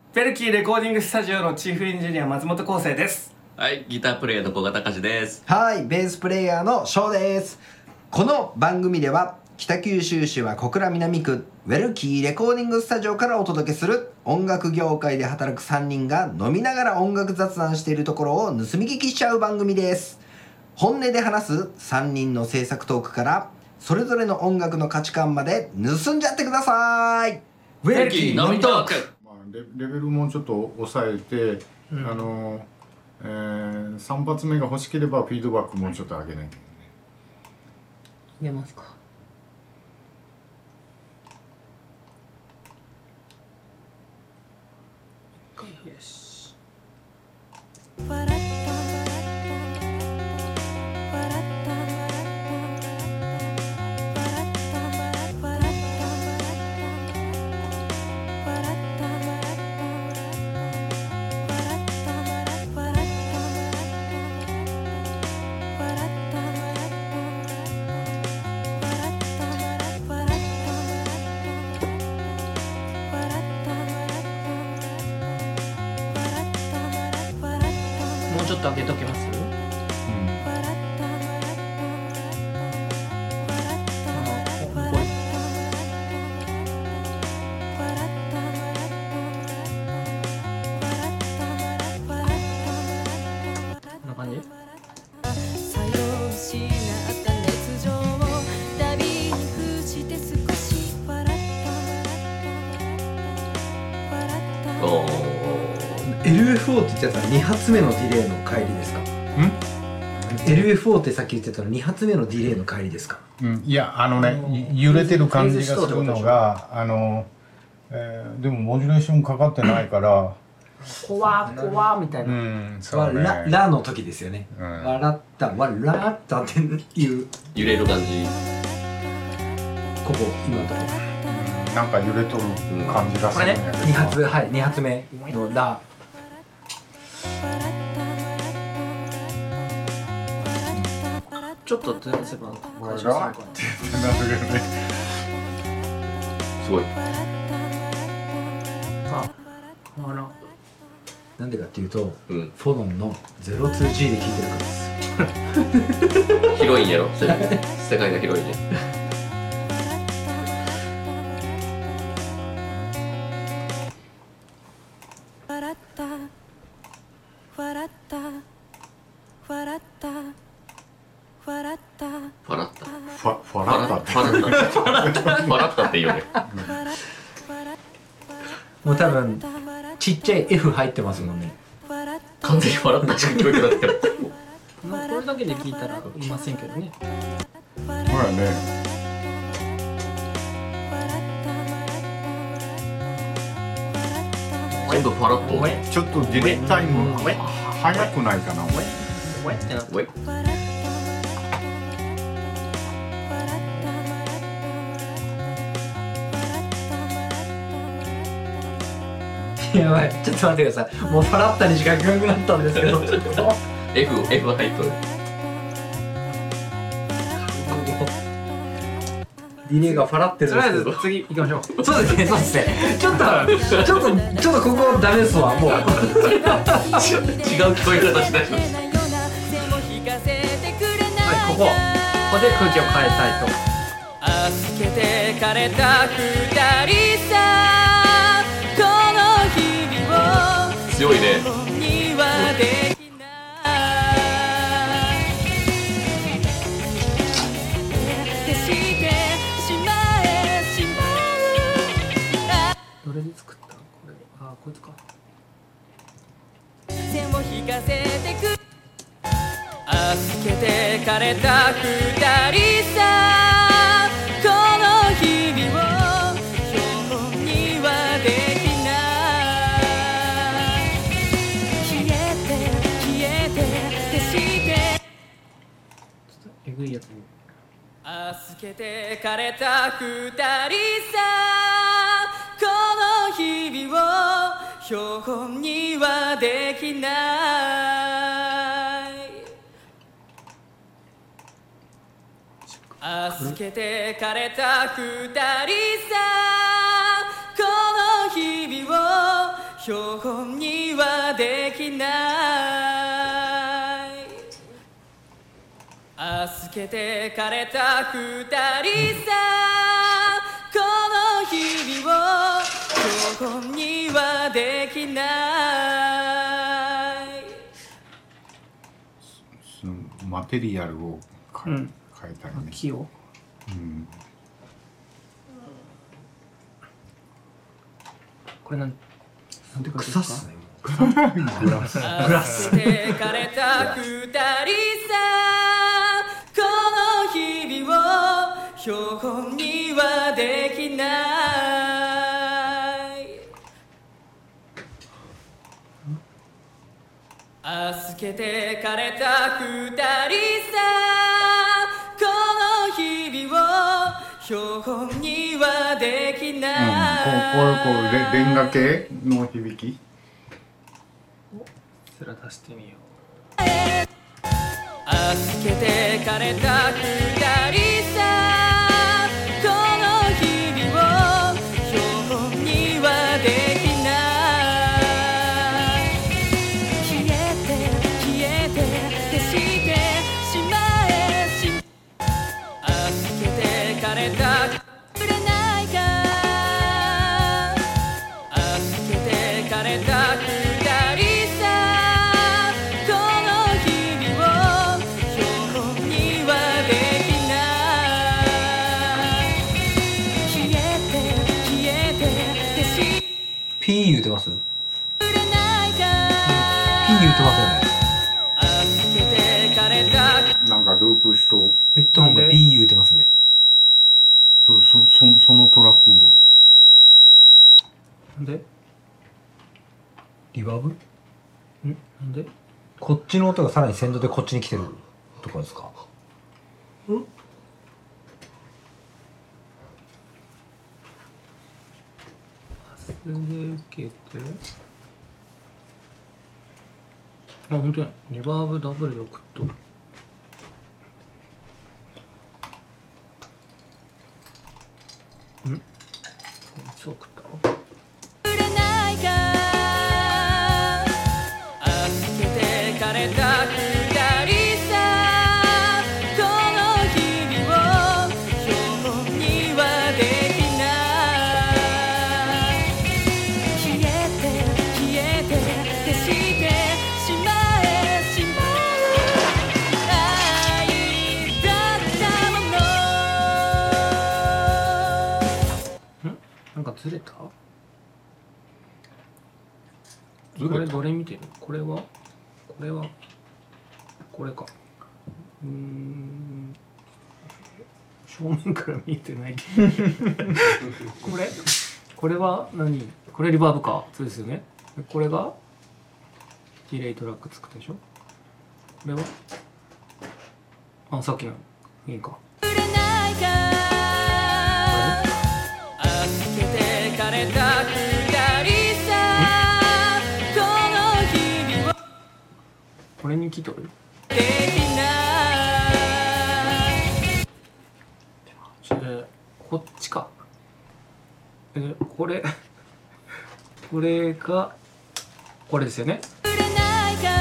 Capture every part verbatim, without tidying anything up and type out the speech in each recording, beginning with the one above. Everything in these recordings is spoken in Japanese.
ベルキーレコーディングスタジオのチーフエンジニア松本康生です。 はい、ギタープレイヤーの古賀隆です。 はい、ベースプレイヤーの翔です。この番組では北九州市は小倉南区ウェルキーレコーディングスタジオからお届けする音楽業界で働くさんにんが飲みながら音楽雑談しているところを盗み聞きしちゃう番組です。本音で話すさんにんの制作トークからそれぞれの音楽の価値観まで盗んじゃってください。 ウェルキー飲みトーク。 レ, レベルもちょっと抑えて、うん、あの、えー、さん発目が欲しければフィードバックもうちょっと上げないとね。 入れますか。よし。もうちょっと開けときます。うん。こんな感じ。 おー。エルエフオー って言ってたらに発目のディレイの帰りですか？ん エルエフオー ってさっき言ってたのに発目のディレイの帰りですか？ うん、いやあのね揺れてる感じがするのがあの、えー、でもモジュレーションかかってないからこわこわみたいな、 うんそうね、 ラ, ラの時ですよね、うん、笑ったわらったっていう揺れる感じ。 ここ今のところ、 うん、なんか揺れとる感じがするんやけど、 うん、に発はいに発目のラちょっとずらせばわらってなるよね。 すごい。 あ、あら。 なんでかっていうと、 うん、 フォドンの ゼロツージー で聴いてるからです。 広いんやろ。世界が広いね。 笑った笑った笑った笑ったファラッタファファラッタファラッタファラッタって言うよね。 もう多分ちっちゃい F 入ってますもんね。 完全にファラッタしか聞こえてなくてもこれだけで聞いたらいませんけどね。 ほらね。 全部ファラット。 ちょっとディレイタイム早くないかな。 ウェってなって。 やばい、ちょっと待ってください。もうファラッタにしか聞こえなくなったんですけど F、F 入っとる。 ディレイがファラってるんですけど、 とりあえず次行きましょう。 そうですね、そうですね。ちょっと、ちょっと、ちょっとここダメですわ、もう違う聞こえ方しないと。 はい、ここここで空気を変えたいと。 預けてかれた二人さ、この日々を強いね。 にはできない消してしまえしまう。 どれで作ったこれ。あ、こいつか。 線を引かせてく預けてかれた二人さ、この日々を標本にはできない消えて消えて消してちょっとえぐいやつに預けてかれた二人さ、この日々を標本にはできない預けてかれた二人さ、この日々を標本にはできない預けてかれた二人さこの日々を標本にはできないそのマテリアルを変え,、 うん変えたりね。 木をうん、 これなんなんて書いてるんですか草っすね。 グラス。 預けてかれた二人さこの日々を標本にはできない預けてかれた二人さこの日々を標本にはできうん、 ないこうこうこうレレンガ系の響き。 それ出してみよ預けてかれた二人さこの日々を標本にはできない消えて消えて消してしまえし預けてかれたくれないか預けてかれた二人さこの日々を標本にはできない消えて消えて消しう。ピー言うてます？ くれないかピー言うてますよね。 預けてかれたなんかループしと、 ヘッドホンがピー言うてますね。 そそそそのトラックが。 う。なんでリバーブ？ んなんでこっちの音がさらに先導でこっちに来てるとかですか？ 続けてあ、本当やリバーブダブルで送っとるんいつ送ったくれないか預けてかれた二人さこの日々を標本にはできない消えて消えて消してしまえしまう愛だったものなんかずれたずれたこれどれ見てるこれはこれはこれかうーん正面から見えてないけどこれこれは何これリバーブかそうですよねでこれがディレイトラック作ったでしょこれはあさっきのいいかくれないか預けてかれた二人さこの日々をこれに来とるできないそれこっちかえこれこれがこれですよねくれないか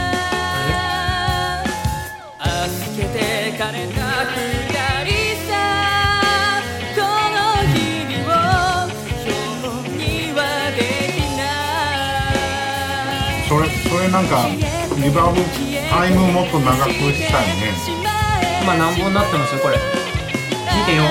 預けてかれた二人さこの日々を標本にはできないそれそれなんかリバーブタイムもっと長くしたいね。 まあ何本になってますよこれ見てよ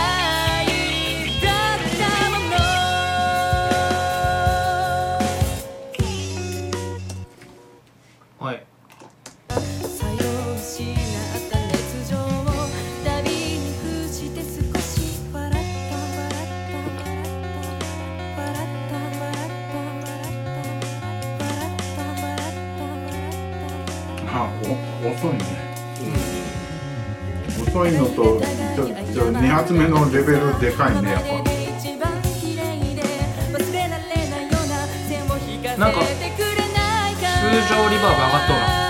「 遅いのとちょちょに発目のレベルでかいねやっぱ。 なんか通常リバーブ上がっとうな。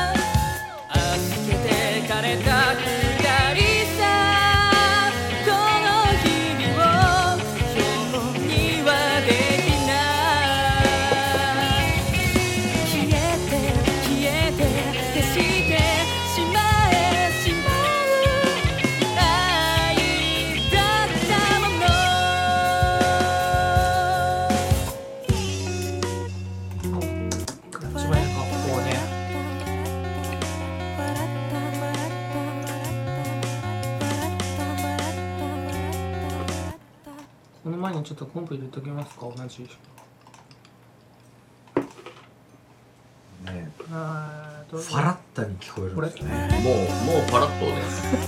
この前にちょっとコンプ入れときますか、同じ。 ね、 あーどうぞファラッタに聞こえるんですね。 もうもうパラッとね。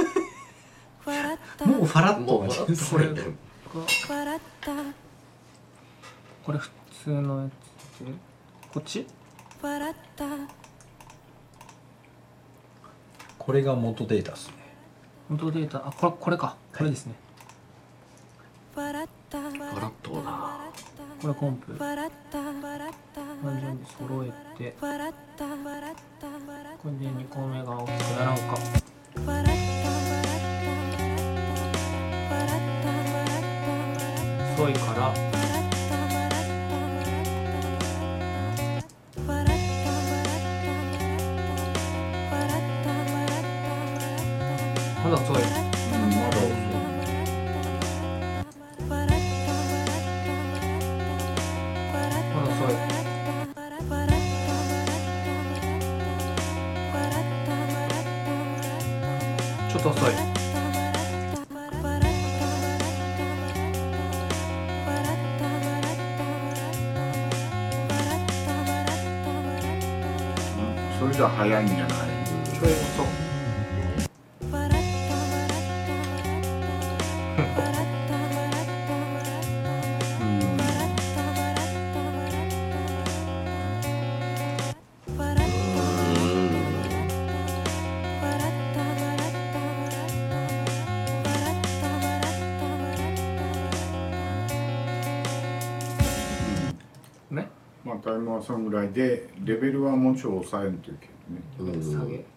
もうファラッもうトがパラッとこれがね。 これ普通のやつでこっちこれが元データですね。 元データ、あ、これこれか、これですね。 パラッとな。 これコンプ完全に揃えて、これでにこめが大きくならんか。遅いからまだ遅い。 うんまだ遅い。 まだ遅い。ちょっと遅い。 それじゃ早いんじゃない？ ちょい遅い。ね、 まあタイムはそのぐらいでレベルはもうちょい抑えんといけないね。 下げ。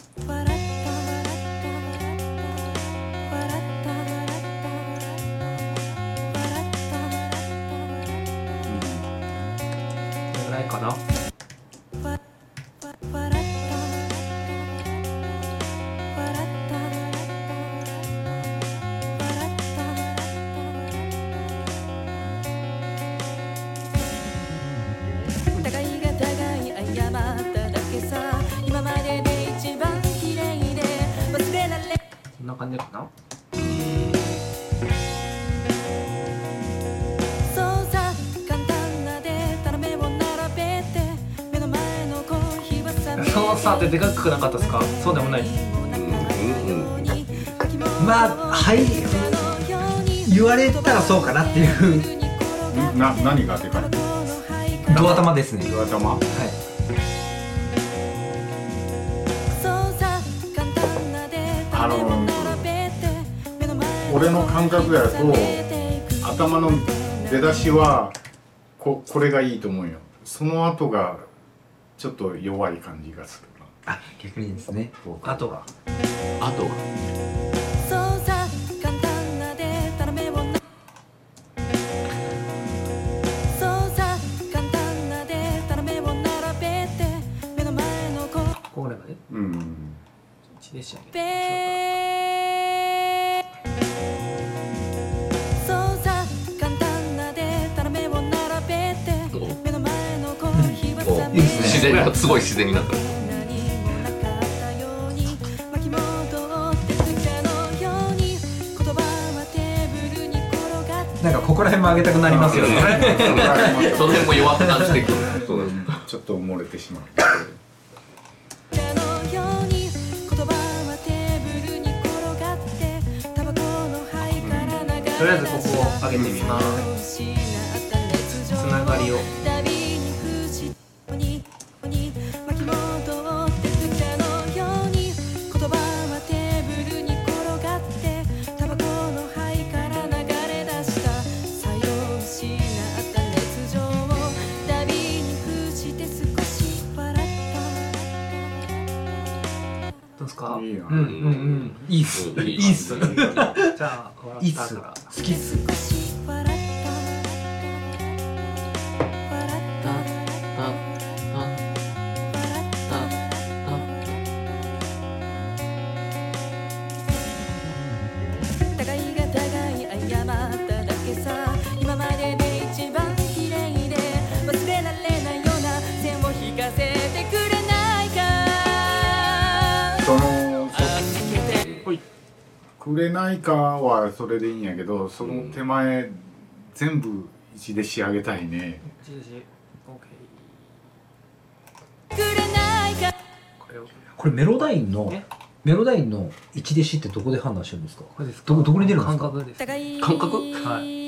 これぐらいかな。 互いが互い謝っただけさ、今までで一番綺麗で忘れられこんな感じかな。 そうさ、簡単なデータの目を並べて目の前のコーヒーはさそうさってでかくなかったですか？そうでもない。 まあはい言われたらそうかなっていうな何がでかい？ ドア玉ですね。 ドア玉？ はい。 あの俺の感覚やと頭の出だしはここれがいいと思うよ。その後がちょっと弱い感じがするな。 あ、逆にですね。 あとが。 あとこれまでうん。 一で仕上げてみましょうか。 いいですね。 自然にすごい自然になった。 なんかここら辺も上げたくなりますよね。 その辺も弱くなってくる。 ちょっと漏れてしまう。 とりあえずここを上げてみます。つながりを。 か。 いいなうんうんうんいいっす、 うんいいっす。じゃあいいっす笑ったから好きっす少し笑った笑ったあ互いが互い謝っただけさ今までで一番綺麗で忘れられないような線を引かせてくれないかそのそ預けてほいくれないかはそれでいいんやけど、その手前全部一で仕上げたいね。 じじオッケくれないかーこれをこれメロダインのえメロダインの一弟子ってどこで判断してるんですか？ これですか。 どこどこに出るんですか？ 感覚です。 互い感覚はい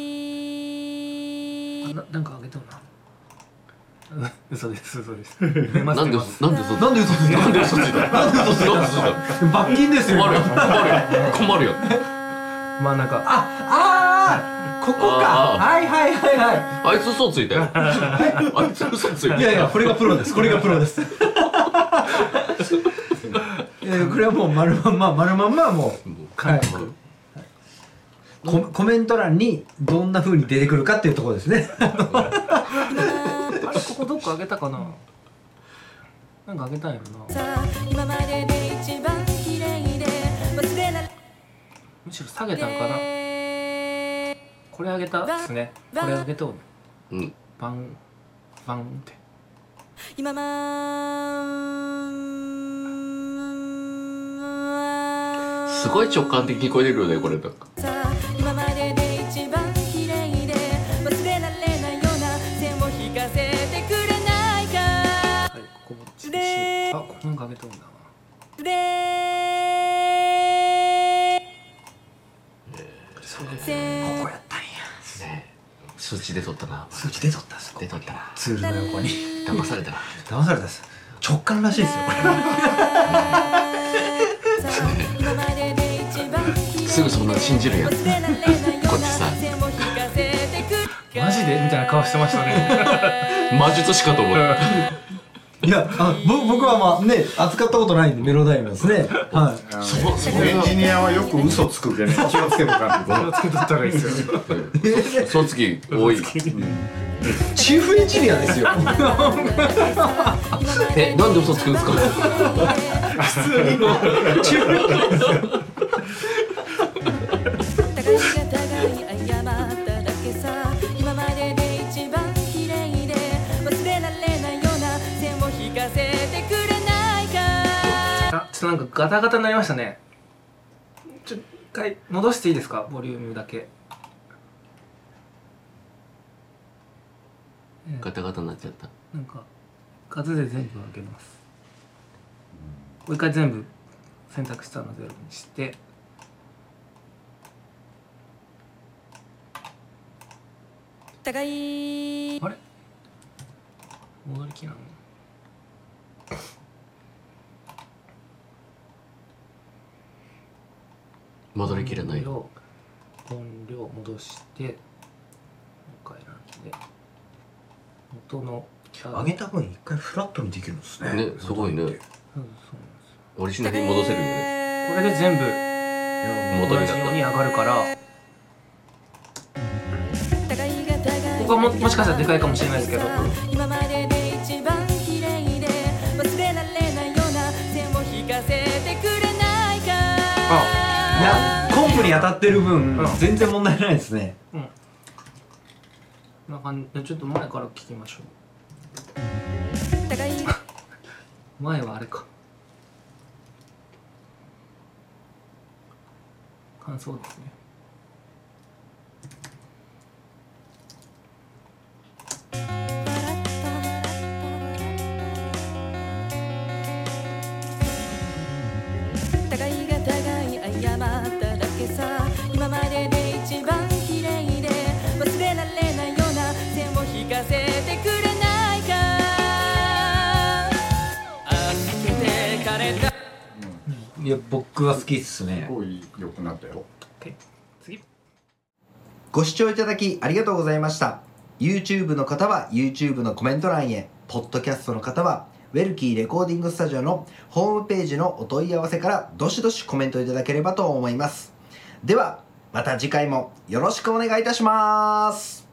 あななんかあげたのな。うん嘘です嘘です。出ますなんで出ますなんでそなんで嘘ついたなんで嘘ついたなんで嘘ついた罰金ですよ困るよ困るよ困るよ真ん中。 ああーここかあーはいはいはいはあいつ嘘ついたよあいつ嘘ついたよいいやいやこれがプロですこれがプロですいやいやこれはもう丸まんま丸まんまもうはいココメント欄にどんな風に出てくるかっていうところですねあれここどっかあげたかな。なんかあげたんやろな。 さ今までで一番綺麗で忘れられむしろ下げたんかな。これあげたっすね。これあげとうね。 うんバンバンって。 今ますごい直感的に聞こえてくるよねこれなんかさ今までで一番綺麗で忘れられないような線を引かせてくれないかはいここもちであこれなんかあげとうんだな。 でそうせここやったんやね数値で取ったな数値出とったんす出とったなツールの横に騙されたな騙されたんです直感らしいですよこれ今までで一番綺麗すぐそんなの信じるやん忘れられないようなこっちさ線を引かせてくれマジでみたいな顔してましたね。 魔術師かと思ったいやあぼ僕はまあね扱ったことないんでメロダインはですねはあのそうそうエンジニアはよく嘘つくけど、ね、気をつけとかんと気をつけとったらいいですよ。 その次多いいチーフエンジニアですよえなんで嘘つくんですかチーフエンジニアですよ互いが互い謝っただけさ今までで一番綺麗で忘れられないような線を引かせてくれないかあちょっとなんかガタガタになりましたね。ちょ一回戻していいですかボリュームだけ。 ガタガタになっちゃったなんか数で全部開けます。もう一回全部選択したのゼロにして互いあれ戻りきなの戻りきれない音量音量戻してもう一回なんで元の上げた分一回フラットにできるんですねねすごいねうんそうなんですよ。 オリジナルに戻せるよねこれで全部戻りだ同じように上がるから互いが互いここはももしかしたらでかいかもしれないですけど今までで一番綺麗で忘れられないような線を引かせてくれないかいやコンプに当たってる分、 うん全然問題ないですねうんこんな感じでちょっと前から聞きましょ互いう前はあれか感想ですね。 互いが互い謝っただけさ今までで一番綺麗で忘れられないような線を引かせてくれないか預けてかれたいや僕は好きっすねすごい良くなったよ。 OK 次ご視聴いただきありがとうございました。 YouTube の方は YouTube のコメント欄へ、ポッドキャストの方はウェルキーレコーディングスタジオのホームページのお問い合わせからどしどしコメントいただければと思います。ではまた次回もよろしくお願いいたします。